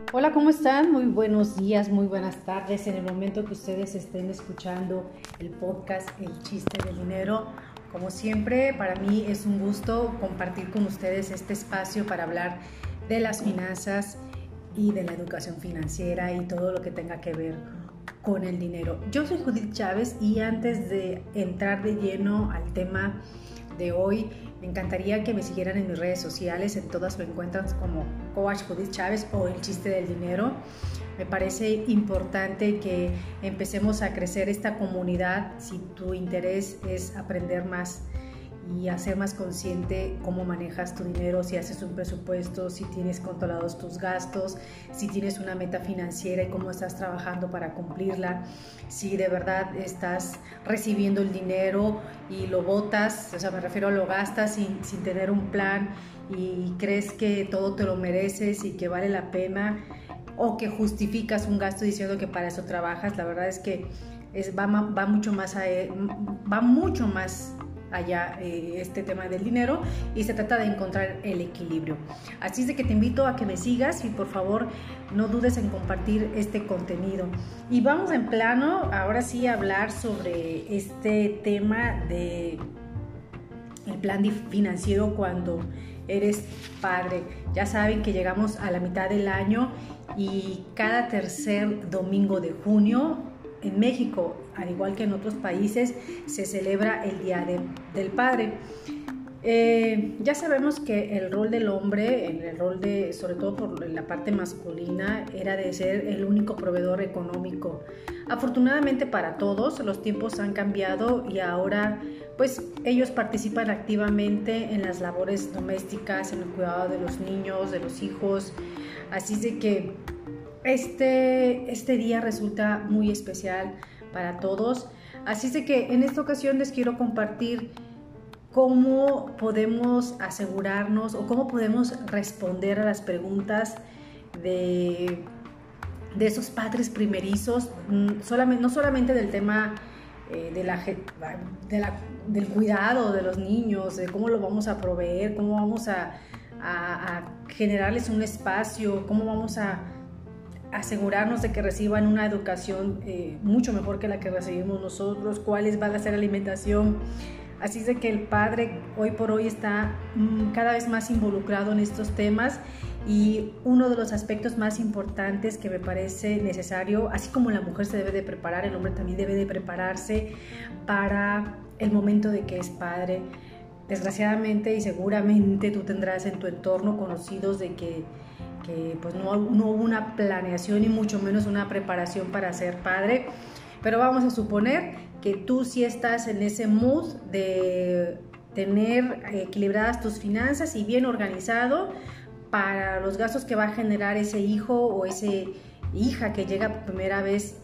Hola, ¿cómo están? Muy buenos días, muy buenas tardes. En el momento que ustedes estén escuchando el podcast El Chiste del Dinero, como siempre, para mí es un gusto compartir con ustedes este espacio para hablar de las finanzas y de la educación financiera y todo lo que tenga que ver con el dinero. Yo soy Judith Chávez y antes de entrar de lleno al tema de hoy, me encantaría que me siguieran en mis redes sociales. En todas me encuentran como Coach Judith Chávez o El Chiste del Dinero. Me parece importante que empecemos a crecer esta comunidad si tu interés es aprender más y hacer más consciente cómo manejas tu dinero, si haces un presupuesto, si tienes controlados tus gastos, si tienes una meta financiera y cómo estás trabajando para cumplirla, si de verdad estás recibiendo el dinero y lo botas, o sea, me refiero a lo gastas sin tener un plan y crees que todo te lo mereces y que vale la pena, o que justificas un gasto diciendo que para eso trabajas. La verdad es que va mucho más allá este tema del dinero, y se trata de encontrar el equilibrio. Así es de que te invito a que me sigas y por favor no dudes en compartir este contenido. Y vamos en plano, ahora sí, a hablar sobre este tema de el plan financiero cuando eres padre. Ya saben que llegamos a la mitad del año y cada tercer domingo de junio en México, al igual que en otros países, se celebra el Día del Padre. Ya sabemos que el rol del hombre, sobre todo por la parte masculina, era de ser el único proveedor económico. Afortunadamente para todos, los tiempos han cambiado y ahora pues ellos participan activamente en las labores domésticas, en el cuidado de los niños, de los hijos. Así es de que este día resulta muy especial para todos. Así es de que en esta ocasión les quiero compartir cómo podemos asegurarnos o cómo podemos responder a las preguntas de esos padres primerizos, no solamente del tema del cuidado de los niños, de cómo lo vamos a proveer, cómo vamos a generarles un espacio, cómo vamos a asegurarnos de que reciban una educación mucho mejor que la que recibimos nosotros, cuáles va a ser la alimentación. Así es de que el padre hoy por hoy está cada vez más involucrado en estos temas, y uno de los aspectos más importantes que me parece necesario, así como la mujer se debe de preparar, el hombre también debe de prepararse para el momento de que es padre. Desgraciadamente y seguramente tú tendrás en tu entorno conocidos de que pues no hubo una planeación y mucho menos una preparación para ser padre, pero vamos a suponer que tú sí estás en ese mood de tener equilibradas tus finanzas y bien organizado para los gastos que va a generar ese hijo o esa hija que llega por primera vez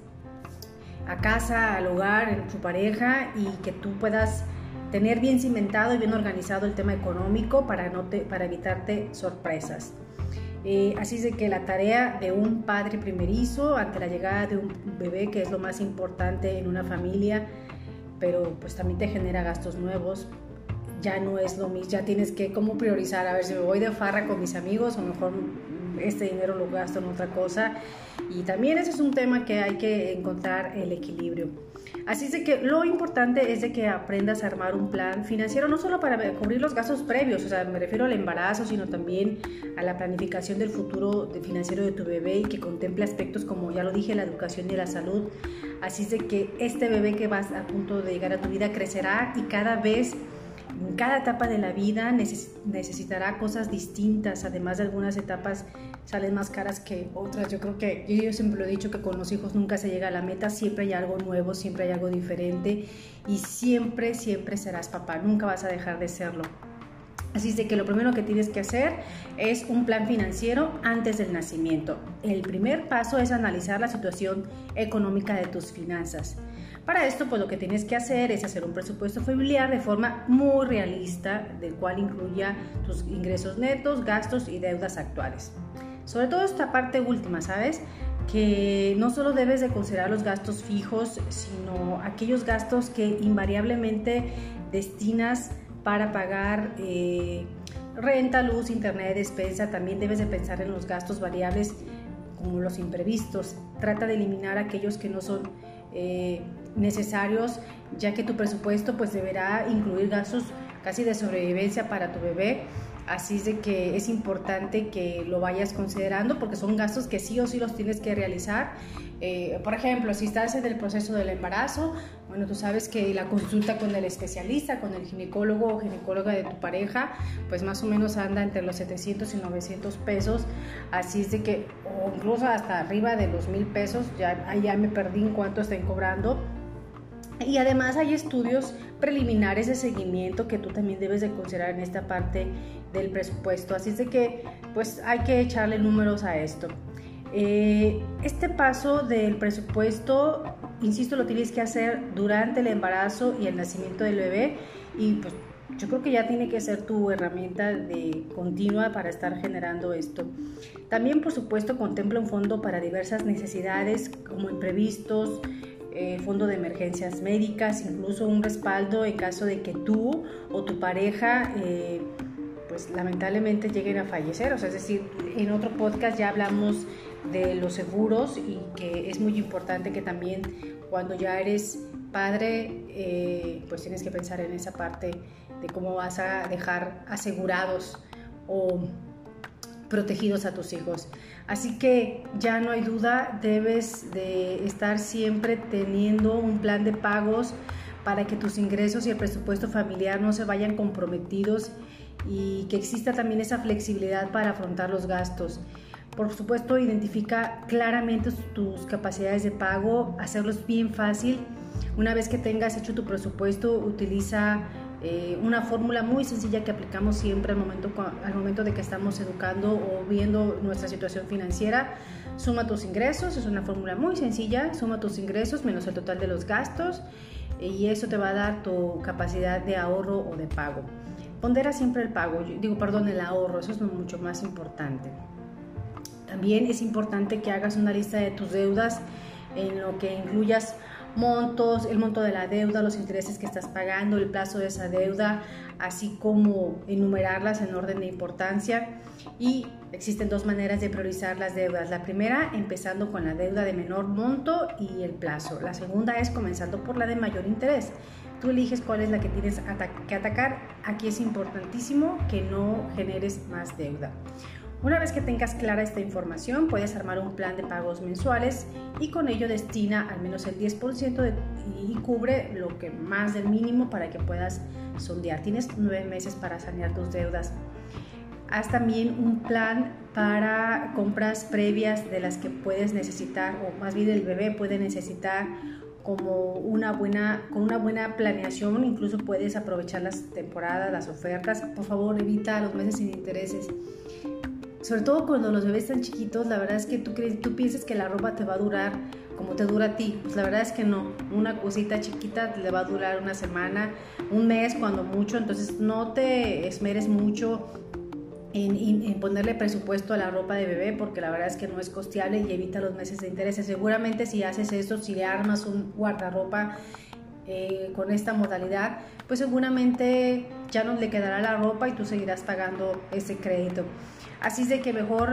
a casa, al hogar, en su pareja, y que tú puedas tener bien cimentado y bien organizado el tema económico para evitarte sorpresas. Así es de que la tarea de un padre primerizo ante la llegada de un bebé, que es lo más importante en una familia, pero pues también te genera gastos nuevos, ya no es lo mismo, ya tienes que cómo priorizar, a ver si me voy de farra con mis amigos o mejor este dinero lo gasto en otra cosa, y también ese es un tema que hay que encontrar el equilibrio. Así es de que lo importante es de que aprendas a armar un plan financiero, no solo para cubrir los gastos previos, o sea, me refiero al embarazo, sino también a la planificación del futuro financiero de tu bebé, y que contemple aspectos como, ya lo dije, la educación y la salud. Así es de que este bebé que vas a punto de llegar a tu vida crecerá y cada vez, en cada etapa de la vida necesitará cosas distintas. Además de algunas etapas salen más caras que otras. Yo creo que, yo siempre lo he dicho, que con los hijos nunca se llega a la meta, siempre hay algo nuevo, siempre hay algo diferente, y siempre serás papá, nunca vas a dejar de serlo. Así es de que lo primero que tienes que hacer es un plan financiero antes del nacimiento. El primer paso es analizar la situación económica de tus finanzas. Para esto, pues lo que tienes que hacer es hacer un presupuesto familiar de forma muy realista, del cual incluya tus ingresos netos, gastos y deudas actuales. Sobre todo esta parte última, ¿sabes? Que no solo debes de considerar los gastos fijos, sino aquellos gastos que invariablemente destinas para pagar renta, luz, internet, despensa. También debes de pensar en los gastos variables como los imprevistos. Trata de eliminar aquellos que no son necesarios, ya que tu presupuesto pues deberá incluir gastos casi de sobrevivencia para tu bebé. Así es de que es importante que lo vayas considerando porque son gastos que sí o sí los tienes que realizar. Por ejemplo, si estás en el proceso del embarazo, bueno, tú sabes que la consulta con el especialista, con el ginecólogo o ginecóloga de tu pareja, pues más o menos anda entre los 700 y 900 pesos. Así es de que, o incluso hasta arriba de los 1,000 pesos, ya me perdí en cuánto estén cobrando. Y además hay estudios preliminares de seguimiento que tú también debes de considerar en esta parte del presupuesto. Así es de que pues hay que echarle números a esto. Este paso del presupuesto, insisto, lo tienes que hacer durante el embarazo y el nacimiento del bebé, y pues yo creo que ya tiene que ser tu herramienta de continua para estar generando esto. También, por supuesto, contempla un fondo para diversas necesidades como imprevistos, fondo de emergencias médicas, incluso un respaldo en caso de que tú o tu pareja pues lamentablemente lleguen a fallecer. O sea, es decir, en otro podcast ya hablamos de los seguros y que es muy importante que también cuando ya eres padre pues tienes que pensar en esa parte de cómo vas a dejar asegurados o protegidos a tus hijos. Así que ya no hay duda, debes de estar siempre teniendo un plan de pagos para que tus ingresos y el presupuesto familiar no se vayan comprometidos y que exista también esa flexibilidad para afrontar los gastos. Por supuesto, identifica claramente tus capacidades de pago, hacerlos bien fácil. Una vez que tengas hecho tu presupuesto, utiliza una fórmula muy sencilla que aplicamos siempre al momento de que estamos educando o viendo nuestra situación financiera. Suma tus ingresos, es una fórmula muy sencilla, suma tus ingresos menos el total de los gastos y eso te va a dar tu capacidad de ahorro o de pago. Pondera siempre el ahorro, eso es mucho más importante. También es importante que hagas una lista de tus deudas en lo que incluyas montos, el monto de la deuda, los intereses que estás pagando, el plazo de esa deuda, así como enumerarlas en orden de importancia. Y existen dos maneras de priorizar las deudas. La primera, empezando con la deuda de menor monto y el plazo. La segunda es comenzando por la de mayor interés. Tú eliges cuál es la que tienes que atacar. Aquí es importantísimo que no generes más deuda. Una vez que tengas clara esta información, puedes armar un plan de pagos mensuales y con ello destina al menos el 10% y cubre lo que más del mínimo para que puedas sondear. Tienes 9 meses para sanear tus deudas. Haz también un plan para compras previas de las que puedes necesitar, o más bien el bebé puede necesitar, con una buena planeación. Incluso puedes aprovechar las temporadas, las ofertas. Por favor, evita los meses sin intereses. Sobre todo cuando los bebés están chiquitos, la verdad es que tú piensas que la ropa te va a durar como te dura a ti. Pues la verdad es que no. Una cosita chiquita le va a durar una semana, un mes cuando mucho. Entonces no te esmeres mucho en ponerle presupuesto a la ropa de bebé, porque la verdad es que no es costeable y evita los meses de intereses. Seguramente si haces eso, si le armas un guardarropa con esta modalidad, pues seguramente ya no le quedará la ropa y tú seguirás pagando ese crédito. Así es de que mejor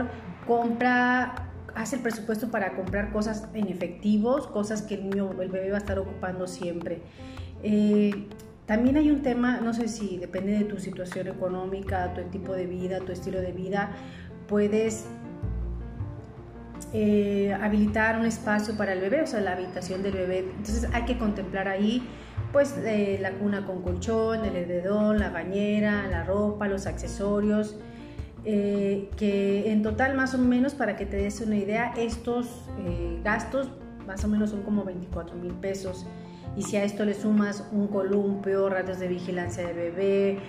haz el presupuesto para comprar cosas en efectivos, cosas que el bebé va a estar ocupando siempre. También hay un tema, no sé si depende de tu situación económica, tu tipo de vida, tu estilo de vida, puedes habilitar un espacio para el bebé, o sea, la habitación del bebé. Entonces hay que contemplar ahí pues la cuna con colchón, el edredón, la bañera, la ropa, los accesorios, que en total más o menos, para que te des una idea, estos gastos más o menos son como 24,000 pesos. Y si a esto le sumas un columpio, radios de vigilancia del bebé,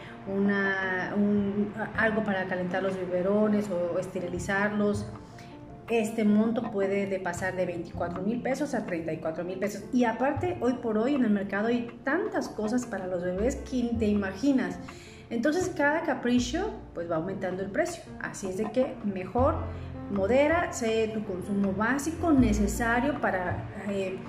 algo para calentar los biberones o esterilizarlos, este monto puede pasar de 24,000 pesos a 34,000 pesos. Y aparte, hoy por hoy en el mercado hay tantas cosas para los bebés que ni te imaginas. Entonces cada capricho pues va aumentando el precio. Así es de que mejor modera, sé tu consumo básico necesario para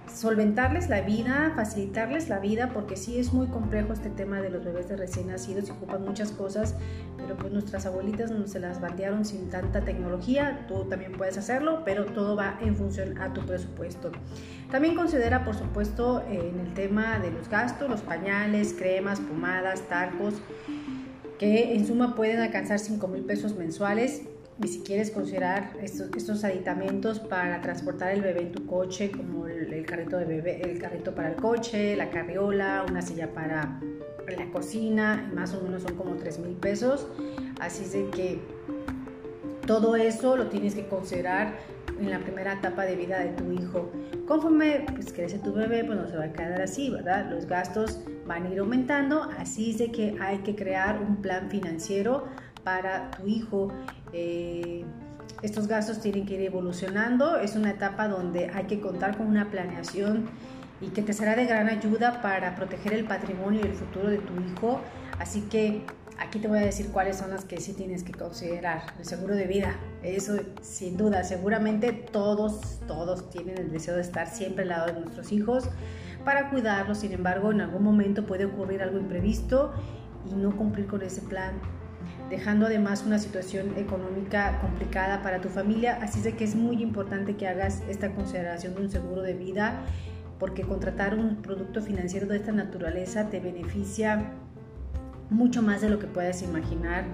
solventarles la vida, facilitarles la vida, porque sí es muy complejo este tema de los bebés de recién nacidos y ocupan muchas cosas, pero pues nuestras abuelitas no se las bandearon sin tanta tecnología. Tú también puedes hacerlo, pero todo va en función a tu presupuesto. También considera, por supuesto, en el tema de los gastos, los pañales, cremas, pomadas, talcos, que en suma pueden alcanzar 5,000 pesos mensuales. Y si quieres considerar estos aditamentos para transportar el bebé en tu coche, como el carrito de bebé, el carrito para el coche, la carriola, una silla para la cocina, más o menos son como 3,000 pesos. Así es de que todo eso lo tienes que considerar en la primera etapa de vida de tu hijo. Conforme pues crece tu bebé, pues no se va a quedar así, ¿verdad? Los gastos van a ir aumentando, así es de que hay que crear un plan financiero para tu hijo. Estos gastos tienen que ir evolucionando. Es una etapa donde hay que contar con una planeación y que te será de gran ayuda para proteger el patrimonio y el futuro de tu hijo. Así que aquí te voy a decir cuáles son las que sí tienes que considerar. El seguro de vida, eso sin duda, seguramente todos tienen el deseo de estar siempre al lado de nuestros hijos para cuidarlos. Sin embargo, en algún momento puede ocurrir algo imprevisto y no cumplir con ese plan, dejando además una situación económica complicada para tu familia. Así es de que es muy importante que hagas esta consideración de un seguro de vida, porque contratar un producto financiero de esta naturaleza te beneficia mucho más de lo que puedas imaginar.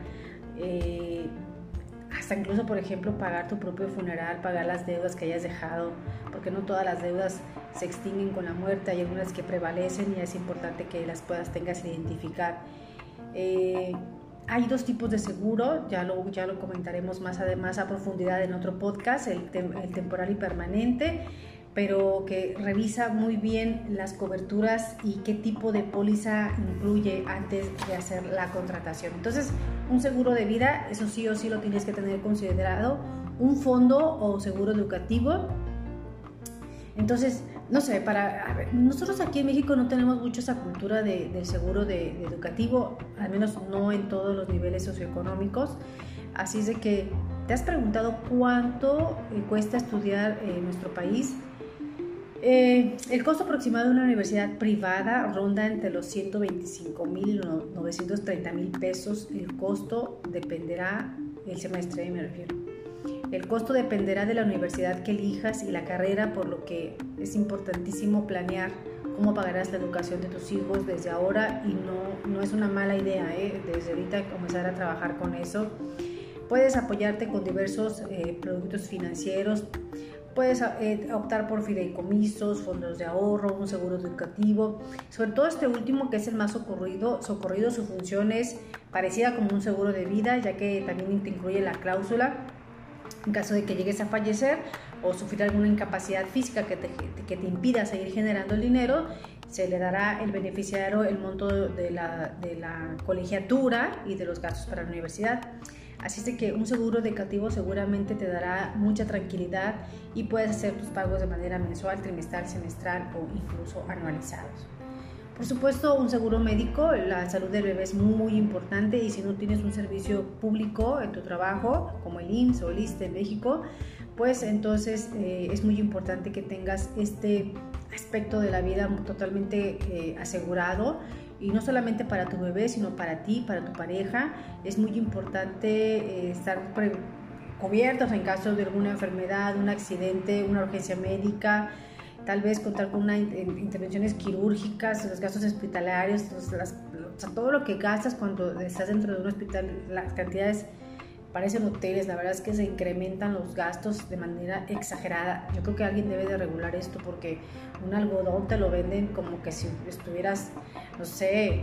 Hasta incluso, por ejemplo, pagar tu propio funeral, pagar las deudas que hayas dejado, porque no todas las deudas se extinguen con la muerte, hay algunas que prevalecen y es importante que las tengas que identificar. Hay dos tipos de seguro, ya lo comentaremos más a profundidad en otro podcast, el temporal y permanente, pero que revisa muy bien las coberturas y qué tipo de póliza incluye antes de hacer la contratación. Entonces, un seguro de vida, eso sí o sí lo tienes que tener considerado, un fondo o seguro educativo. Entonces, no sé, nosotros aquí en México no tenemos mucho esa cultura del seguro de educativo, al menos no en todos los niveles socioeconómicos. Así es de que, ¿te has preguntado cuánto cuesta estudiar en nuestro país? El costo aproximado de una universidad privada ronda entre los 125,000 y 930,000 pesos. El costo dependerá, el semestre me refiero. El costo dependerá de la universidad que elijas y la carrera, por lo que es importantísimo planear cómo pagarás la educación de tus hijos desde ahora, y no es una mala idea, desde ahorita comenzar a trabajar con eso. Puedes apoyarte con diversos productos financieros. Puedes optar por fideicomisos, fondos de ahorro, un seguro educativo. Sobre todo este último, que es el más socorrido, su función es parecida como un seguro de vida, ya que también te incluye la cláusula en caso de que llegues a fallecer o sufrir alguna incapacidad física que te impida seguir generando el dinero. Se le dará al beneficiario el monto de la colegiatura y de los gastos para la universidad. Así es de que un seguro educativo seguramente te dará mucha tranquilidad y puedes hacer tus pagos de manera mensual, trimestral, semestral o incluso anualizados. Por supuesto, un seguro médico, la salud del bebé es muy importante, y si no tienes un servicio público en tu trabajo, como el IMSS o el ISSSTE en México, pues entonces es muy importante que tengas este aspecto de la vida totalmente asegurado. Y no solamente para tu bebé, sino para ti, para tu pareja. Es muy importante estar cubiertos en caso de alguna enfermedad, un accidente, una urgencia médica, tal vez contar con intervenciones quirúrgicas, los gastos hospitalarios, todo lo que gastas cuando estás dentro de un hospital. Las cantidades parecen hoteles, la verdad es que se incrementan los gastos de manera exagerada. Yo creo que alguien debe de regular esto, porque un algodón te lo venden como que si estuvieras, no sé,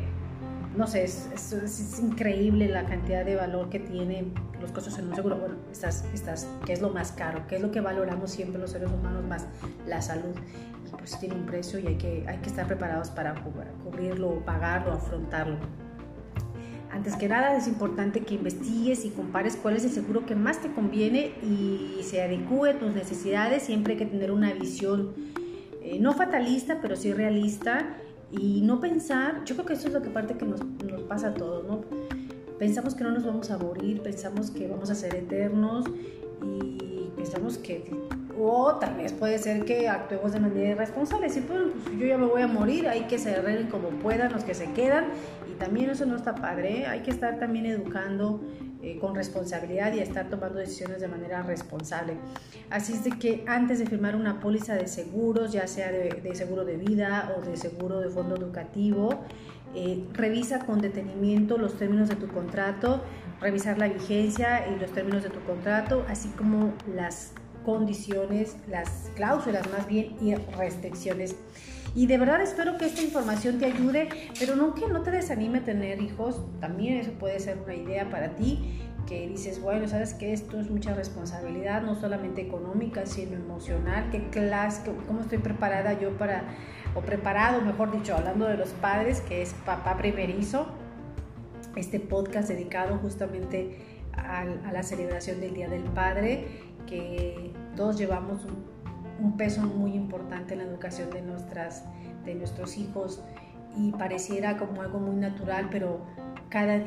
es increíble la cantidad de valor que tienen los costos en un seguro. Bueno, ¿qué es lo más caro? ¿Qué es lo que valoramos siempre los seres humanos más? La salud. Y pues tiene un precio y hay que estar preparados para cubrirlo, pagarlo, afrontarlo. Antes que nada, es importante que investigues y compares cuál es el seguro que más te conviene y se adecue a tus necesidades. Siempre hay que tener una visión no fatalista, pero sí realista, y no pensar. Yo creo que eso es lo que parte que nos pasa a todos, ¿no? Pensamos que no nos vamos a morir, pensamos que vamos a ser eternos, y pensamos que O tal vez puede ser que actuemos de manera irresponsable. Si pues yo ya me voy a morir, hay que se arreglen como puedan los que se quedan. Y también eso no está padre, hay que estar también educando con responsabilidad y estar tomando decisiones de manera responsable. Así es de que antes de firmar una póliza de seguros, ya sea de seguro de vida o de seguro de fondo educativo, revisa con detenimiento los términos de tu contrato, revisar la vigencia y los términos de tu contrato, así como las condiciones, las cláusulas más bien y restricciones. Y de verdad espero que esta información te ayude, pero no que no te desanime tener hijos. También eso puede ser una idea para ti, que dices, bueno, sabes que esto es mucha responsabilidad, no solamente económica, sino emocional. ¿Cómo estoy preparada yo para, o preparado, mejor dicho, hablando de los padres, que es Papá Primerizo, este podcast dedicado justamente a la celebración del Día del Padre, que todos llevamos un peso muy importante en la educación de nuestros hijos, y pareciera como algo muy natural, pero cada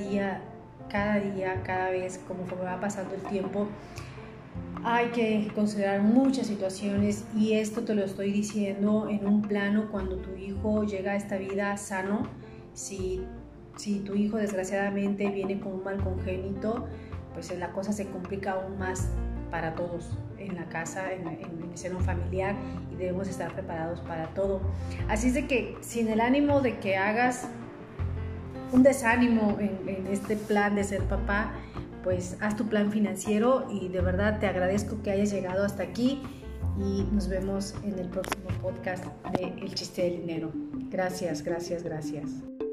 vez, como va pasando el tiempo, hay que considerar muchas situaciones, y esto te lo estoy diciendo en un plano cuando tu hijo llega a esta vida sano. Si tu hijo desgraciadamente viene con un mal congénito, pues la cosa se complica aún más para todos en la casa, en el seno familiar, y debemos estar preparados para todo. Así es de que, sin el ánimo de que hagas un desánimo en este plan de ser papá, pues haz tu plan financiero, y de verdad te agradezco que hayas llegado hasta aquí, y nos vemos en el próximo podcast de El Chiste del Dinero. Gracias.